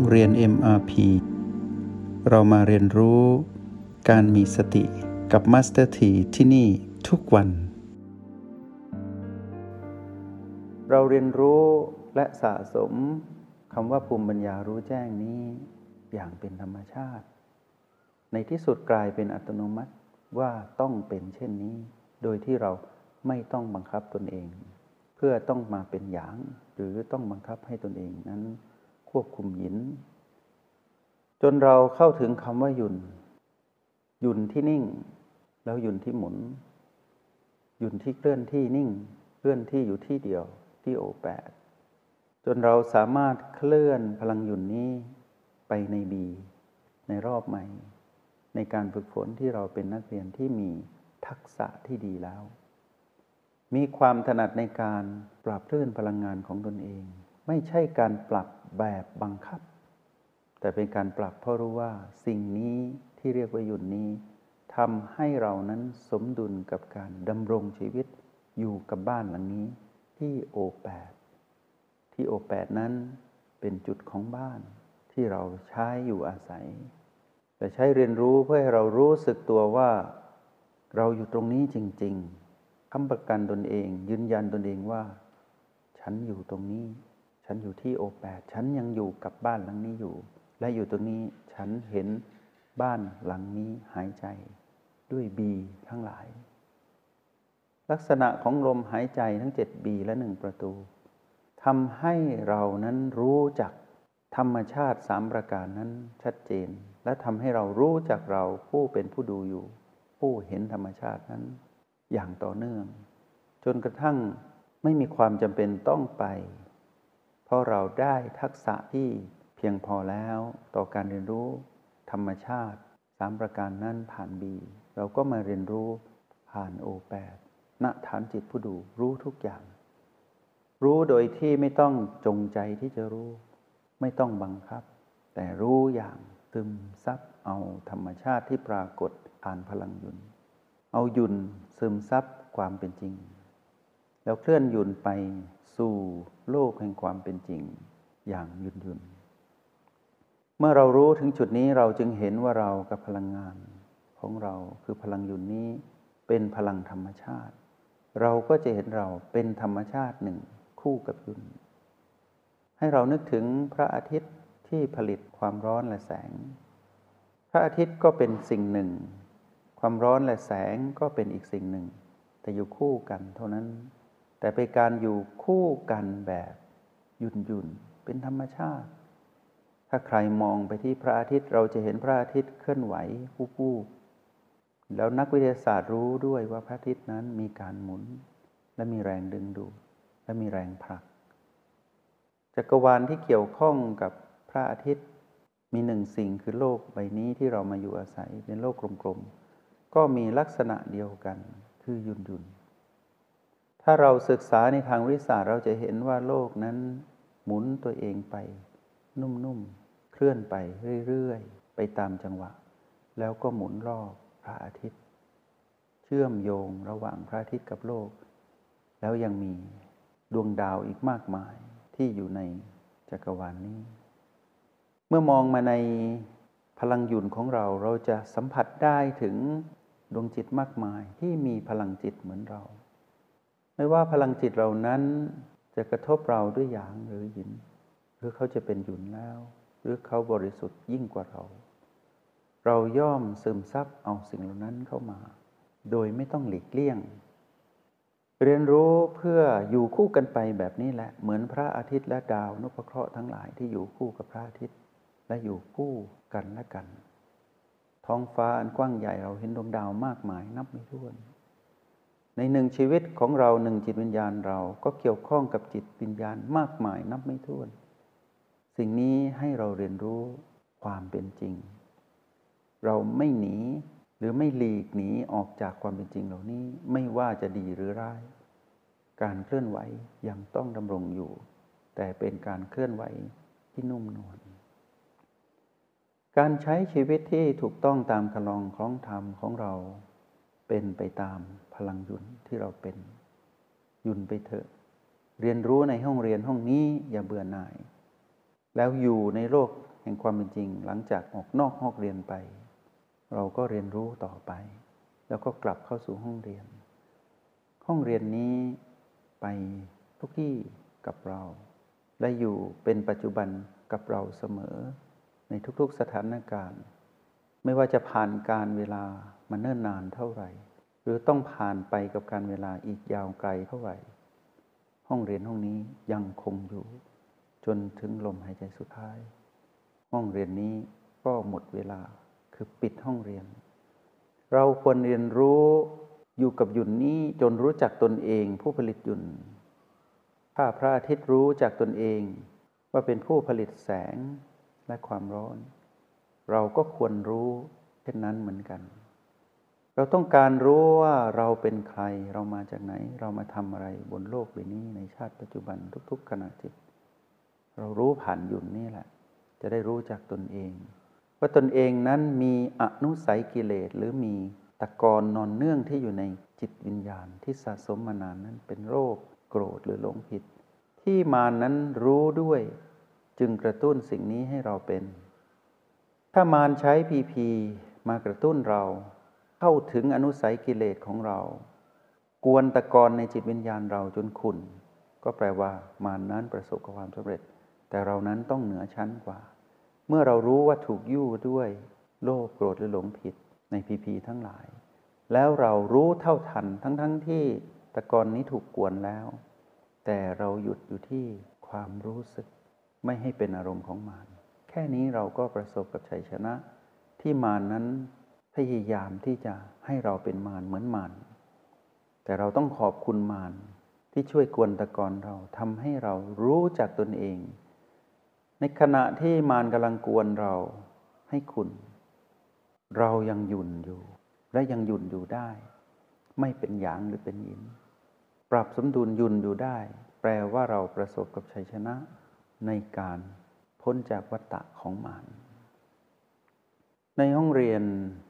เรียน MRP เรามาเรียนรู้การมีสติกับ Master T ที่นี่ทุกวันเราเรียนรู้และสะสมคำว่าภูมิปัญญารู้แจ้งนี้อย่างเป็นธรรมชาติในที่สุดกลายเป็นอัตโนมัติว่าต้องเป็นเช่นนี้โดยที่เราไม่ต้องบังคับตนเองเพื่อต้องมาเป็นหยางหรือต้องบังคับให้ตนเองนั้นควบคุมหยินจนเราเข้าถึงคำว่าหยุ่นที่นิ่งแล้วหยุ่นที่หมุนหยุ่นที่เคลื่อนที่นิ่งเคลื่อนที่อยู่ที่เดียวที่โอแปดจนเราสามารถเคลื่อนพลังหยุ่นนี้ไปในบีในรอบใหม่ในการฝึกฝนที่เราเป็นนักเรียนที่มีทักษะที่ดีแล้วมีความถนัดในการปรับเคลื่อนพลังงานของตนเองไม่ใช่การปรับแบบบังคับแต่เป็นการปรับเพราะรู้ว่าสิ่งนี้ที่เรียกว่าหยุ่นนี้ทำให้เรานั้นสมดุลกับการดำรงชีวิตอยู่กับบ้านหลังนี้ที่โอแปดที่โอแปดนั้นเป็นจุดของบ้านที่เราใช้อยู่อาศัยแต่ใช้เรียนรู้เพื่อให้เรารู้สึกตัวว่าเราอยู่ตรงนี้จริงๆค้ำประกันตนเองยืนยันตนเองว่าฉันอยู่ตรงนี้ฉันอยู่ที่โอแปดฉันยังอยู่กับบ้านหลังนี้อยู่และอยู่ตรงนี้ฉันเห็นบ้านหลังนี้หายใจด้วยบีทั้งหลายลักษณะของลมหายใจทั้ง7บีและ1ประตูทำให้เรานั้นรู้จักธรรมชาติ3ประการนั้นชัดเจนและทำให้เรารู้จักเราผู้เป็นผู้ดูอยู่ผู้เห็นธรรมชาตินั้นอย่างต่อเนื่องจนกระทั่งไม่มีความจำเป็นต้องไปเพราะเราได้ทักษะที่เพียงพอแล้วต่อการเรียนรู้ธรรมชาติ3ประการนั้นผ่านบีเราก็มาเรียนรู้ผ่านโอแปดณฐานจิตผู้ดูรู้ทุกอย่างรู้โดยที่ไม่ต้องจงใจที่จะรู้ไม่ต้องบังคับแต่รู้อย่างซึมซับเอาธรรมชาติที่ปรากฏผ่านพลังหยุ่นเอาหยุ่นซึมซับความเป็นจริงแล้วเคลื่อนหยุ่นไปสู่โลกแห่งความเป็นจริงอย่างหยุ่นเมื่อเรารู้ถึงจุดนี้เราจึงเห็นว่าเรากับพลังงานของเราคือพลังหยุ่นนี้เป็นพลังธรรมชาติเราก็จะเห็นเราเป็นธรรมชาติหนึ่งคู่กับหยุ่นให้เรานึกถึงพระอาทิตย์ที่ผลิตความร้อนและแสงพระอาทิตย์ก็เป็นสิ่งหนึ่งความร้อนและแสงก็เป็นอีกสิ่งหนึ่งแต่อยู่คู่กันเท่านั้นแต่เป็นการอยู่คู่กันแบบหยุ่นเป็นธรรมชาติถ้าใครมองไปที่พระอาทิตย์เราจะเห็นพระอาทิตย์เคลื่อนไหววูบๆแล้วนักวิทยาศาสตร์รู้ด้วยว่าพระอาทิตย์นั้นมีการหมุนและมีแรงดึงดูดและมีแรงผลักจักรวาลที่เกี่ยวข้องกับพระอาทิตย์มีหนึ่งสิ่งคือโลกใบนี้ที่เรามาอยู่อาศัยเป็นโลกกลมๆก็มีลักษณะเดียวกันคือหยุ่นถ้าเราศึกษาในทางวิทยาศาสตร์เราจะเห็นว่าโลกนั้นหมุนตัวเองไปนุ่มๆเคลื่อนไปเรื่อยๆไปตามจังหวะแล้วก็หมุนรอบพระอาทิตย์เชื่อมโยงระหว่างพระอาทิตย์กับโลกแล้วยังมีดวงดาวอีกมากมายที่อยู่ในจักรวาลนี้เมื่อมองมาในพลังหยุ่นของเราเราจะสัมผัสได้ถึงดวงจิตมากมายที่มีพลังจิตเหมือนเราไม่ว่าพลังจิตเหล่านั้นจะกระทบเราด้วยหยางหรือหยินหรือเขาจะเป็นหยุ่นแล้วหรือเขาบริสุทธิ์ยิ่งกว่าเราย่อมซึมซับเอาสิ่งเหล่านั้นเข้ามาโดยไม่ต้องหลีกเลี่ยงเรียนรู้เพื่ออยู่คู่กันไปแบบนี้แหละเหมือนพระอาทิตย์และดาวนพเคราะห์ทั้งหลายที่อยู่คู่กับพระอาทิตย์และอยู่คู่กันและกันท้องฟ้าอันกว้างใหญ่เราเห็นดวงดาวมากมายนับไม่ถ้วนในหนึ่งชีวิตของเราหนึ่งจิตวิญญาณเราก็เกี่ยวข้องกับจิตวิญญาณมากมายนับไม่ถ้วนสิ่งนี้ให้เราเรียนรู้ความเป็นจริงเราไม่หนีหรือไม่หลีกหนีออกจากความเป็นจริงเหล่านี้ไม่ว่าจะดีหรือร้ายการเคลื่อนไหวยังต้องดำรงอยู่แต่เป็นการเคลื่อนไหวที่นุ่มนวลการใช้ชีวิตที่ถูกต้องตามคำลองคล้องธรรมของเราเป็นไปตามพลังหยุ่นที่เราเป็นหยุ่นไปเถอะเรียนรู้ในห้องเรียนห้องนี้อย่าเบื่อหน่ายแล้วอยู่ในโลกแห่งความเป็นจริงหลังจากออกนอกห้องเรียนไปเราก็เรียนรู้ต่อไปแล้วก็กลับเข้าสู่ห้องเรียนห้องเรียนนี้ไปทุกที่กับเราและอยู่เป็นปัจจุบันกับเราเสมอในทุกๆสถานการณ์ไม่ว่าจะผ่านการเวลามาเนิ่นนานเท่าไหร่หรือต้องผ่านไปกับการเวลาอีกยาวไกลเท่าไหร่ห้องเรียนห้องนี้ยังคงอยู่จนถึงลมหายใจสุดท้ายห้องเรียนนี้ก็หมดเวลาคือปิดห้องเรียนเราควรเรียนรู้อยู่กับหยุ่นนี้จนรู้จักตนเองผู้ผลิตหยุ่นถ้าพระอาทิตย์รู้จักตนเองว่าเป็นผู้ผลิตแสงและความร้อนเราก็ควรรู้เช่นนั้นเหมือนกันเราต้องการรู้ว่าเราเป็นใครเรามาจากไหนเรามาทำอะไรบนโลกใบนี้ในชาติปัจจุบันทุกๆขณะจิตเรารู้ผ่านหยุ่นนี่แหละจะได้รู้จักตนเองว่าตนเองนั้นมีอนุสัยกิเลสหรือมีตะกอนนอนเนื่องที่อยู่ในจิตวิญญาณที่สะสมมานานนั้นเป็นโรคโกรธหรือหลงผิดที่มานั้นรู้ด้วยจึงกระตุ้นสิ่งนี้ให้เราเป็นถ้ามารใช้พีมากระตุ้นเราเข้าถึงอนุสัยกิเลสของเรากวนตะกอนในจิตวิญญาณเราจนขุ่นก็แปลว่ามารนั้นประสบความสำเร็จแต่เรานั้นต้องเหนือชั้นกว่าเมื่อเรารู้ว่าถูกยู่ด้วยโลภโกรธหรือหลงผิดในพีทั้งหลายแล้วเรารู้เท่าทันทั้งที่ตะกอนนี้ถูกกวนแล้วแต่เราหยุดอยู่ที่ความรู้สึกไม่ให้เป็นอารมณ์ของมารแค่นี้เราก็ประสบกับชัยชนะที่มารนั้นพยายามที่จะให้เราเป็นมารเหมือนมารแต่เราต้องขอบคุณมารที่ช่วยกวนตะกอนเราทำให้เรารู้จักตนเองในขณะที่มารกำลังกวนเราให้ขุ่นเรายังหยุ่นอยู่และยังหยุ่นอยู่ได้ไม่เป็นหยางหรือเป็นหยินปรับสมดุลหยุ่นอยู่ได้แปลว่าเราประสบกับชัยชนะในการพ้นจากวัฏฏะของมารในห้องเรียน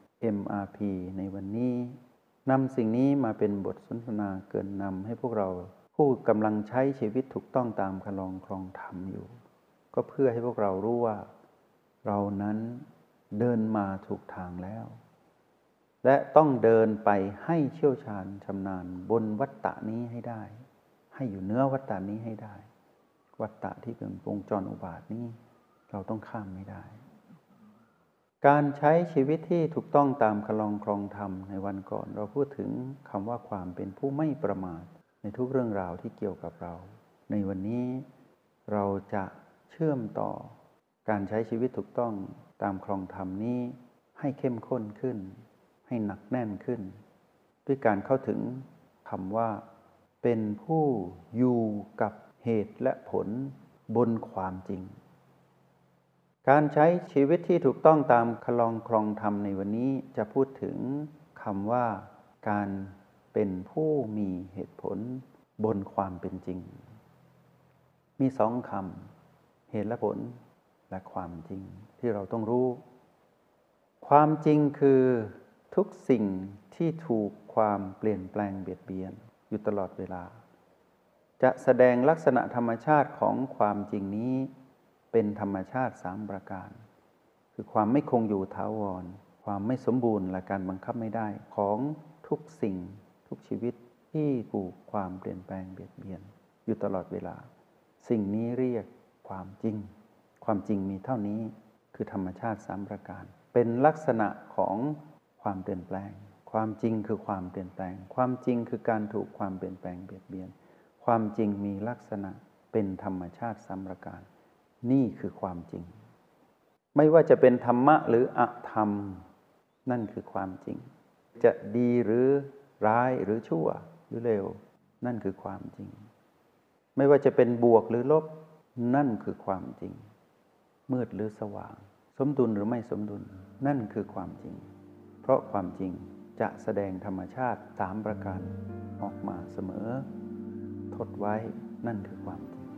MRP ในวันนี้นำสิ่งนี้มาเป็นบทสนทนาเกินนำให้พวกเราผู้กำลังใช้ชีวิตถูกต้องตามคลองครองธรรมอยู่ก็เพื่อให้พวกเรารู้ว่าเรานั้นเดินมาถูกทางแล้วและต้องเดินไปให้เชี่ยวชาญชำนาญบนวัฏฏะนี้ให้ได้ให้อยู่เหนือวัฏฏะนี้ให้ได้วัฏฏะที่เป็นวงจรอุบาทนี้เราต้องข้ามไม่ได้การใช้ชีวิตที่ถูกต้องตามคลองครองธรรมในวันก่อนเราพูดถึงคำว่าความเป็นผู้ไม่ประมาทในทุกเรื่องราวที่เกี่ยวกับเราในวันนี้เราจะเชื่อมต่อการใช้ชีวิตถูกต้องตามครองธรรมนี้ให้เข้มข้นขึ้นให้หนักแน่นขึ้นด้วยการเข้าถึงคำว่าเป็นผู้อยู่กับเหตุและผลบนความจริงการใช้ชีวิตที่ถูกต้องตามคลองครองธรรมในวันนี้จะพูดถึงคำว่าการเป็นผู้มีเหตุผลบนความเป็นจริงมีสองคำเหตุและผลและความจริงที่เราต้องรู้ความจริงคือทุกสิ่งที่ถูกความเปลี่ยนแปลงเบียดเบียนอยู่ตลอดเวลาจะแสดงลักษณะธรรมชาติของความจริงนี้เป็นธรรมชาติ3ประการคือความไม่คงอยู่ถาวรความไม่สมบูรณ์และการบังคับไม่ได้ของทุกสิ่งทุกชีวิตที่ถูกความเปลี่ยนแปลงเบียดเบียนอยู่ตลอดเวลาสิ่งนี้เรียกความจริงความจริงมีเท่านี้คือธรรมชาติ3ประการเป็นลักษณะของความเปลี่ยนแปลงความจริงคือความเปลี่ยนแปลงความจริงคือการถูกความเปลี่ยนแปลงเบียดเบียนความจริงมีลักษณะเป็นธรรมชาติ3ประการนี่คือความจริงไม่ว่าจะเป็นธรรมะหรืออธรรมนั่นคือความจริงจะดีหรือร้ายหรือชั่วหรือเลวนั่นคือความจริงไม่ว่าจะเป็นบวกหรือลบนั่นคือความจริงมืดหรือสว่างสมดุลหรือไม่สมดุลนั่นคือความจริงเพราะความจริงจะแสดงธรรมชาติ3ประการออกมาเสมอทดไว้นั่นคือความจริง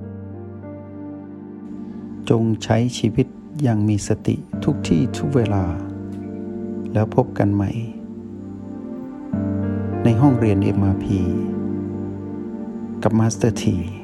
จงใช้ชีวิตอย่างมีสติทุกที่ทุกเวลาแล้วพบกันใหม่ในห้องเรียน MRP กับมาสเตอร์ที